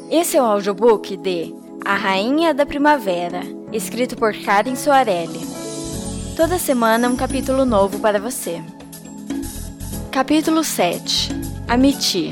Esse é o audiobook de A Rainha da Primavera, escrito por Karen Soarelli. Toda semana um capítulo novo para você. Capítulo 7. Amiti.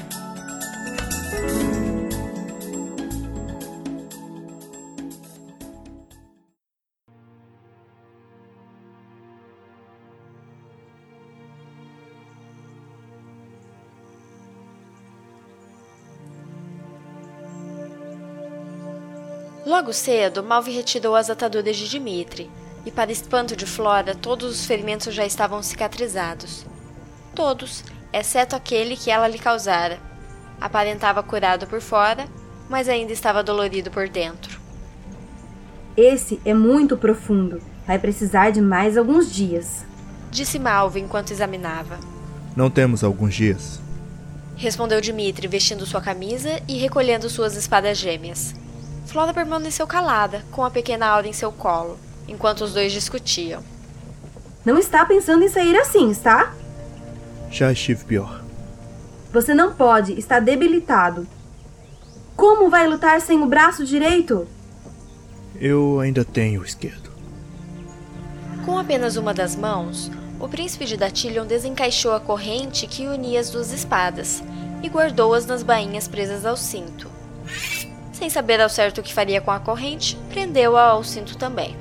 Logo cedo, Malvi retirou as ataduras de Dimitri, e para espanto de Flora, todos os ferimentos já estavam cicatrizados. Todos, exceto aquele que ela lhe causara. Aparentava curado por fora, mas ainda estava dolorido por dentro. Esse é muito profundo. Vai precisar de mais alguns dias, disse Malvi enquanto examinava. Não temos alguns dias, respondeu Dimitri, vestindo sua camisa e recolhendo suas espadas gêmeas. Flora permaneceu calada, com a pequena Aura em seu colo, enquanto os dois discutiam. Não está pensando em sair assim, está? Já estive pior. Você não pode, está debilitado. Como vai lutar sem o braço direito? Eu ainda tenho o esquerdo. Com apenas uma das mãos, o príncipe de Datilion desencaixou a corrente que unia as duas espadas e guardou-as nas bainhas presas ao cinto. Sem saber ao certo o que faria com a corrente, prendeu-a ao cinto também.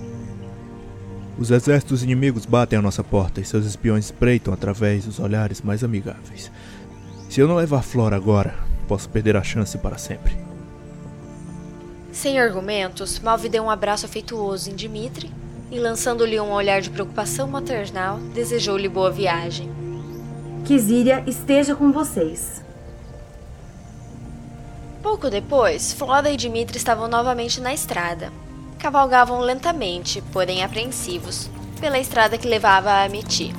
Os exércitos inimigos batem à nossa porta e seus espiões espreitam através dos olhares mais amigáveis. Se eu não levar Flora agora, posso perder a chance para sempre. Sem argumentos, Malvi deu um abraço afetuoso em Dimitri e, lançando-lhe um olhar de preocupação maternal, desejou-lhe boa viagem. Que Zíria esteja com vocês. Pouco depois, Flora e Dimitri estavam novamente na estrada. Cavalgavam lentamente, porém apreensivos, pela estrada que levava a Amiti.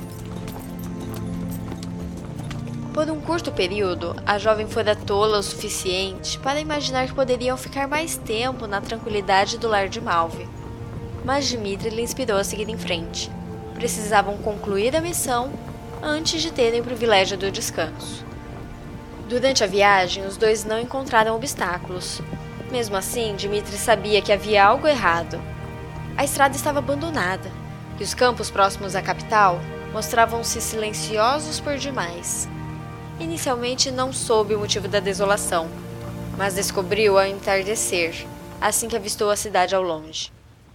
Por um curto período, a jovem fora tola o suficiente para imaginar que poderiam ficar mais tempo na tranquilidade do lar de Malvi. Mas Dimitri lhe inspirou a seguir em frente. Precisavam concluir a missão antes de terem o privilégio do descanso. Durante a viagem, os dois não encontraram obstáculos. Mesmo assim, Dimitri sabia que havia algo errado. A estrada estava abandonada, e os campos próximos à capital mostravam-se silenciosos por demais. Inicialmente não soube o motivo da desolação, mas descobriu ao entardecer, assim que avistou a cidade ao longe.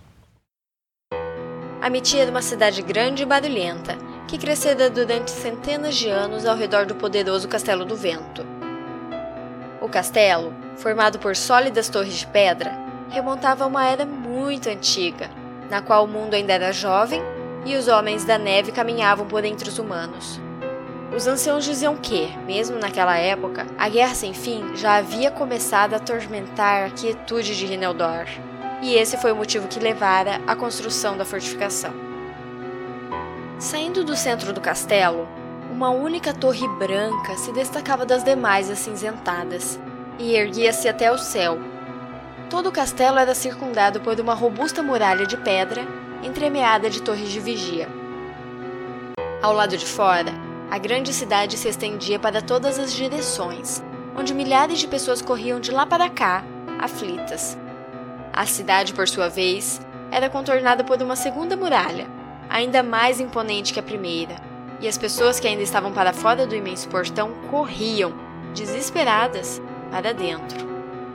Amiti era uma cidade grande e barulhenta, que crescera durante centenas de anos ao redor do poderoso Castelo do Vento. O castelo, formado por sólidas torres de pedra, remontava a uma era muito antiga, na qual o mundo ainda era jovem e os homens da neve caminhavam por entre os humanos. Os anciãos diziam que, mesmo naquela época, a guerra sem fim já havia começado a atormentar a quietude de Rineldor, e esse foi o motivo que levara à construção da fortificação. Saindo do centro do castelo, uma única torre branca se destacava das demais acinzentadas e erguia-se até o céu. Todo o castelo era circundado por uma robusta muralha de pedra entremeada de torres de vigia. Ao lado de fora, a grande cidade se estendia para todas as direções, onde milhares de pessoas corriam de lá para cá, aflitas. A cidade, por sua vez, era contornada por uma segunda muralha, ainda mais imponente que a primeira, e as pessoas que ainda estavam para fora do imenso portão corriam, desesperadas, para dentro.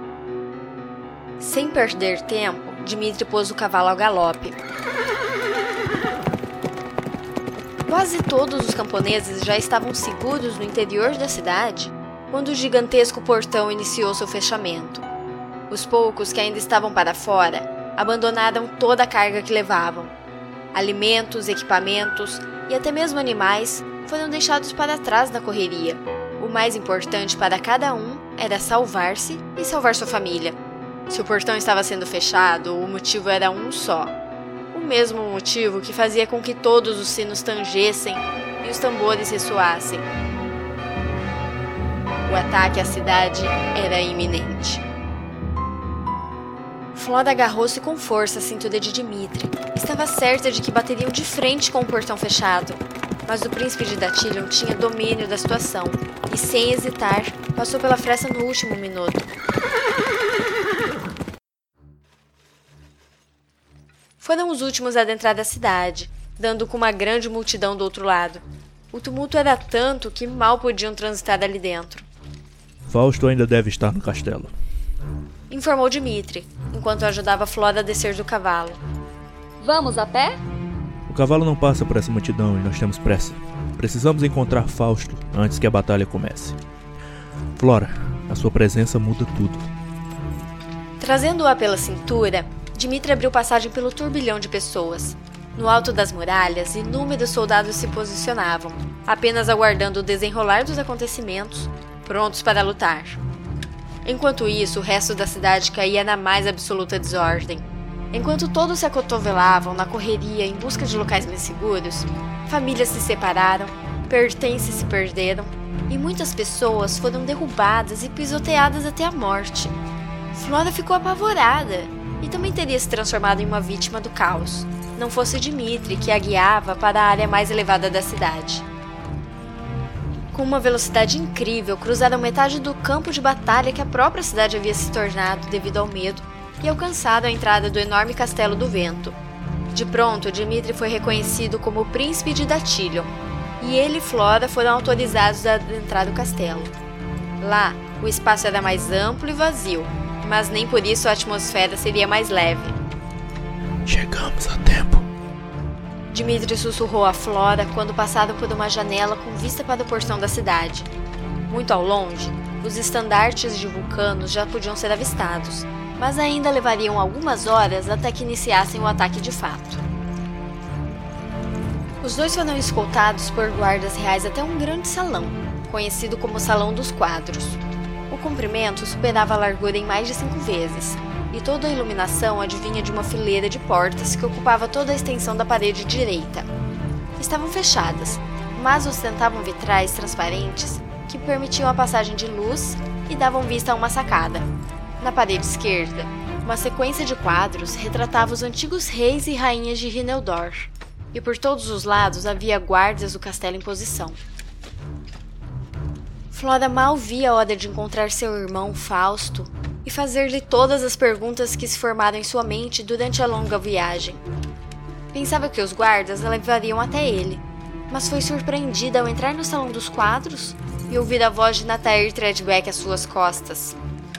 Sem perder tempo, Dimitri pôs o cavalo ao galope. Quase todos os camponeses já estavam seguros no interior da cidade quando o gigantesco portão iniciou seu fechamento. Os poucos que ainda estavam para fora abandonaram toda a carga que levavam. Alimentos, equipamentos e até mesmo animais foram deixados para trás na correria. O mais importante para cada um era salvar-se e salvar sua família. Se o portão estava sendo fechado, o motivo era um só. O mesmo motivo que fazia com que todos os sinos tangessem e os tambores ressoassem. O ataque à cidade era iminente. Flora agarrou-se com força à cintura de Dimitri. Estava certa de que bateriam de frente com o portão fechado. mas o príncipe de Datilion tinha domínio da situação e, sem hesitar, passou pela fresta no último minuto. Foram os últimos a adentrar da cidade, dando com uma grande multidão do outro lado. O tumulto era tanto que mal podiam transitar ali dentro. Fausto ainda deve estar no castelo, informou Dimitri, enquanto ajudava Flora a descer do cavalo. Vamos a pé? O cavalo não passa por essa multidão e nós temos pressa. Precisamos encontrar Fausto antes que a batalha comece. Flora, a sua presença muda tudo. Trazendo-a pela cintura, Dimitri abriu passagem pelo turbilhão de pessoas. No alto das muralhas, inúmeros soldados se posicionavam, apenas aguardando o desenrolar dos acontecimentos, prontos para lutar. Enquanto isso, o resto da cidade caía na mais absoluta desordem. Enquanto todos se acotovelavam na correria em busca de locais mais seguros, famílias se separaram, pertences se perderam e muitas pessoas foram derrubadas e pisoteadas até a morte. Flora ficou apavorada e também teria se transformado em uma vítima do caos, não fosse Dimitri que a guiava para a área mais elevada da cidade. Com uma velocidade incrível, cruzaram metade do campo de batalha que a própria cidade havia se tornado devido ao medo e alcançaram a entrada do enorme Castelo do Vento. De pronto, Dimitri foi reconhecido como o príncipe de Datilion, e ele e Flora foram autorizados a adentrar o castelo. Lá, o espaço era mais amplo e vazio, mas nem por isso a atmosfera seria mais leve. Chegamos a tempo. Dimitri sussurrou a Flora quando passaram por uma janela com vista para o portão da cidade. Muito ao longe, os estandartes de vulcanos já podiam ser avistados, mas ainda levariam algumas horas até que iniciassem o ataque de fato. Os dois foram escoltados por guardas reais até um grande salão, conhecido como Salão dos Quadros. O comprimento superava a largura em mais de 5 vezes, e toda a iluminação advinha de uma fileira de portas que ocupava toda a extensão da parede direita. Estavam fechadas, mas ostentavam vitrais transparentes que permitiam a passagem de luz e davam vista a uma sacada. Na parede esquerda, uma sequência de quadros retratava os antigos reis e rainhas de Rineldor, e por todos os lados havia guardas do castelo em posição. Flora mal via a hora de encontrar seu irmão Fausto e fazer-lhe todas as perguntas que se formaram em sua mente durante a longa viagem. Pensava que os guardas a levariam até ele, mas foi surpreendida ao entrar no Salão dos Quadros e ouvir a voz de Natair Treadback às suas costas.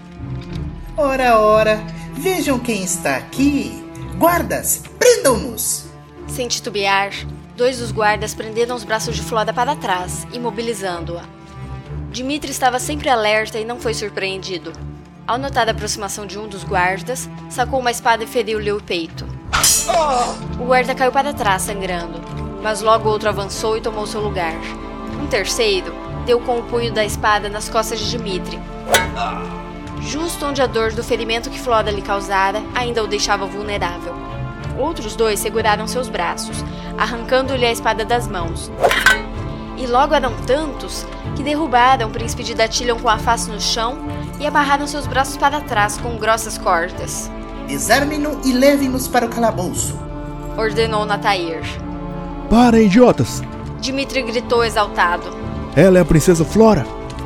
Ora, vejam quem está aqui. Guardas, prendam-nos! Sem titubear, 2 dos guardas prenderam os braços de Flora para trás, imobilizando-a. Dimitri estava sempre alerta e não foi surpreendido. Ao notar a aproximação de um dos guardas, sacou uma espada e feriu-lhe o peito. O guarda caiu para trás, sangrando, mas logo outro avançou e tomou seu lugar. Um terceiro deu com o punho da espada nas costas de Dimitri, justo onde a dor do ferimento que Flora lhe causara ainda o deixava vulnerável. Outros 2 seguraram seus braços, arrancando-lhe a espada das mãos. E logo eram tantos que derrubaram o príncipe de Datilion com a face no chão e amarraram seus braços para trás com grossas cordas. Desarmem-no e levem-nos para o calabouço, ordenou Natair. Parem, idiotas! Dimitri gritou exaltado. Ela é a princesa Flora!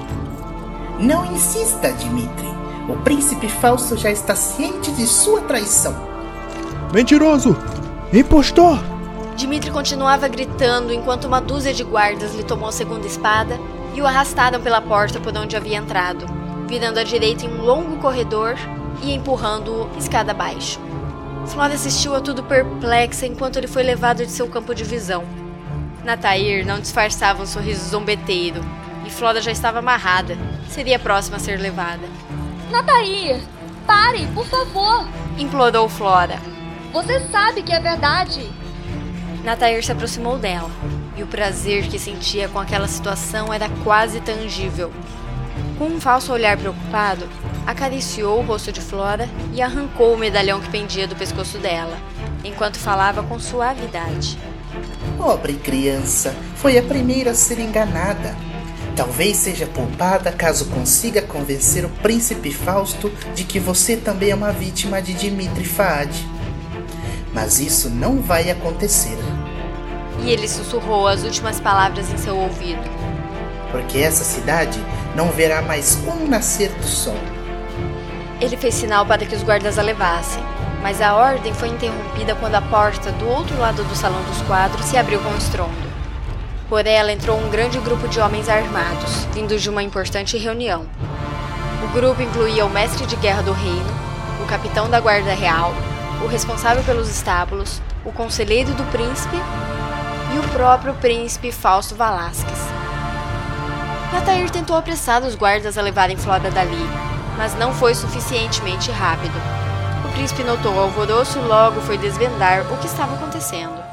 Não insista, Dimitri. O príncipe Fausto já está ciente de sua traição. Mentiroso! Impostor! Dimitri continuava gritando enquanto uma dúzia de guardas lhe tomou a segunda espada e o arrastaram pela porta por onde havia entrado, virando à direita em um longo corredor e empurrando-o escada abaixo. Flora assistiu a tudo perplexa enquanto ele foi levado de seu campo de visão. Natair não disfarçava um sorriso zombeteiro, e Flora já estava amarrada. Seria a próxima a ser levada. Natair, pare, por favor! Implorou Flora. Você sabe que é verdade. Natair se aproximou dela, e o prazer que sentia com aquela situação era quase tangível. Com um falso olhar preocupado, acariciou o rosto de Flora e arrancou o medalhão que pendia do pescoço dela, enquanto falava com suavidade. Pobre criança, foi a primeira a ser enganada. Talvez seja poupada caso consiga convencer o príncipe Fausto de que você também é uma vítima de Dimitri Faad. Mas isso não vai acontecer. e ele sussurrou as últimas palavras em seu ouvido. Porque essa cidade não verá mais um nascer do sol. Ele fez sinal para que os guardas a levassem, mas a ordem foi interrompida quando a porta do outro lado do Salão dos Quadros se abriu com estrondo. Por ela entrou um grande grupo de homens armados, vindos de uma importante reunião. O grupo incluía o mestre de guerra do reino, o capitão da guarda real, o responsável pelos estábulos, o conselheiro do príncipe e o próprio príncipe Fausto Velasquez. Natair tentou apressar os guardas a levarem Flora dali, mas não foi suficientemente rápido. O príncipe notou o alvoroço e logo foi desvendar o que estava acontecendo.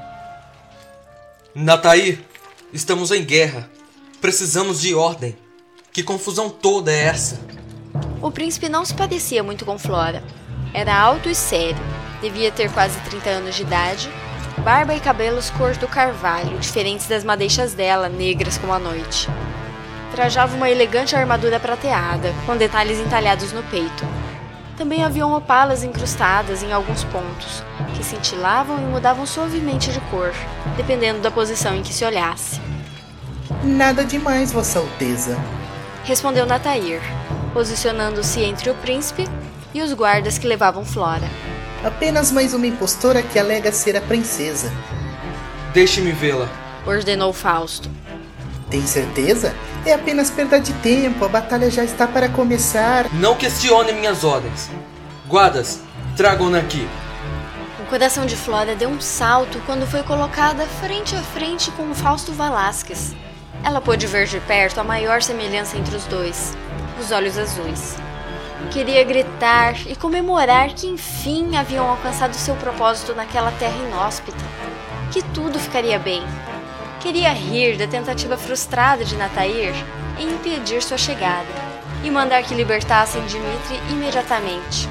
Natair, estamos em guerra. Precisamos de ordem. Que confusão toda é essa? O príncipe não se parecia muito com Flora. Era alto e sério. Devia ter quase 30 anos de idade, barba e cabelos cor do carvalho, diferentes das madeixas dela, negras como a noite. Trajava uma elegante armadura prateada, com detalhes entalhados no peito. Também haviam opalas incrustadas em alguns pontos, que cintilavam e mudavam suavemente de cor, dependendo da posição em que se olhasse. Nada demais, Vossa Alteza, respondeu Natair, posicionando-se entre o príncipe e os guardas que levavam Flora. Apenas mais uma impostora que alega ser a princesa. Deixe-me vê-la, ordenou Fausto. Tem certeza? É apenas perda de tempo, a batalha já está para começar. Não questione minhas ordens. Guardas, tragam-na aqui. O coração de Flora deu um salto quando foi colocada frente a frente com o Fausto Velasquez. Ela pôde ver de perto a maior semelhança entre os dois, os olhos azuis. Queria gritar e comemorar que enfim haviam alcançado seu propósito naquela terra inóspita, que tudo ficaria bem. Queria rir da tentativa frustrada de Natair em impedir sua chegada e mandar que libertassem Dimitri imediatamente.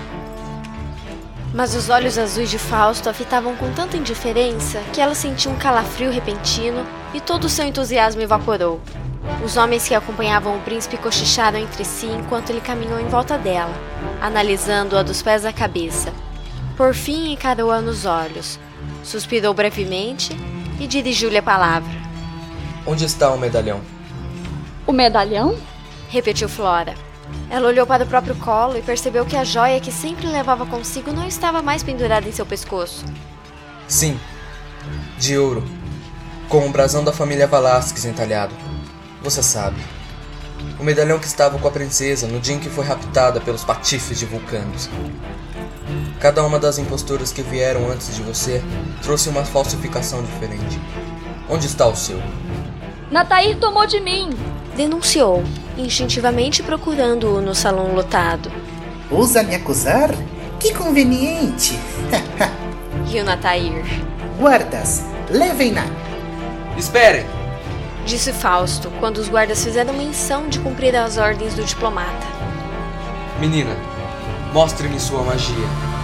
Mas os olhos azuis de Fausto a fitavam com tanta indiferença que ela sentiu um calafrio repentino e todo o seu entusiasmo evaporou. Os homens que acompanhavam o príncipe cochicharam entre si enquanto ele caminhou em volta dela, analisando-a dos pés à cabeça. Por fim, encarou-a nos olhos, suspirou brevemente e dirigiu-lhe a palavra. Onde está o medalhão? O medalhão? Repetiu Flora. Ela olhou para o próprio colo e percebeu que a joia que sempre levava consigo não estava mais pendurada em seu pescoço. Sim, de ouro, com o brasão da família Velasquez entalhado. Você sabe, o medalhão que estava com a princesa no dia em que foi raptada pelos patifes de vulcanos. Cada uma das imposturas que vieram antes de você trouxe uma falsificação diferente. Onde está o seu? Natair tomou de mim! Denunciou, instintivamente procurando-o no salão lotado. Ousa me acusar? Que conveniente! Riu Natair. Guardas, levem-na! Esperem! Disse Fausto, quando os guardas fizeram menção de cumprir as ordens do diplomata. Menina, mostre-me sua magia.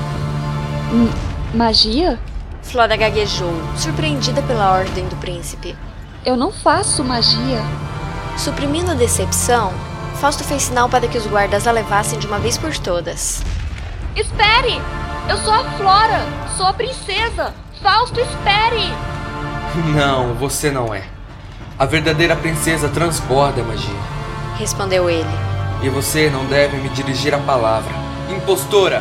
Magia? Flora gaguejou, surpreendida pela ordem do príncipe. Eu não faço magia. Suprimindo a decepção, Fausto fez sinal para que os guardas a levassem de uma vez por todas. Espere! Eu sou a Flora! Sou a princesa! Fausto, espere! Não, você não é. A verdadeira princesa transborda magia. Respondeu ele. E você não deve me dirigir a palavra. Impostora!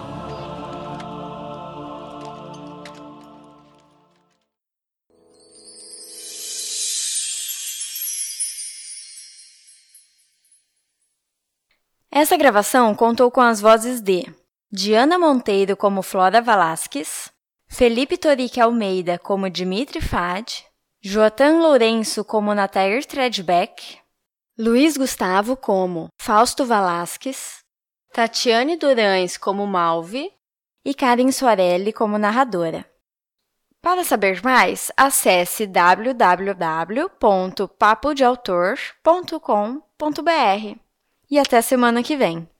Essa gravação contou com as vozes de Diana Monteiro como Flora Velasquez, Felipe Torique Almeida como Dimitri Fad, Joatan Lourenço como Natair Treadbeck, Luiz Gustavo como Fausto Velasquez, Tatiane Durães como Malve e Karen Soarelli como narradora. Para saber mais, acesse www.papodeautor.com.br. E até semana que vem.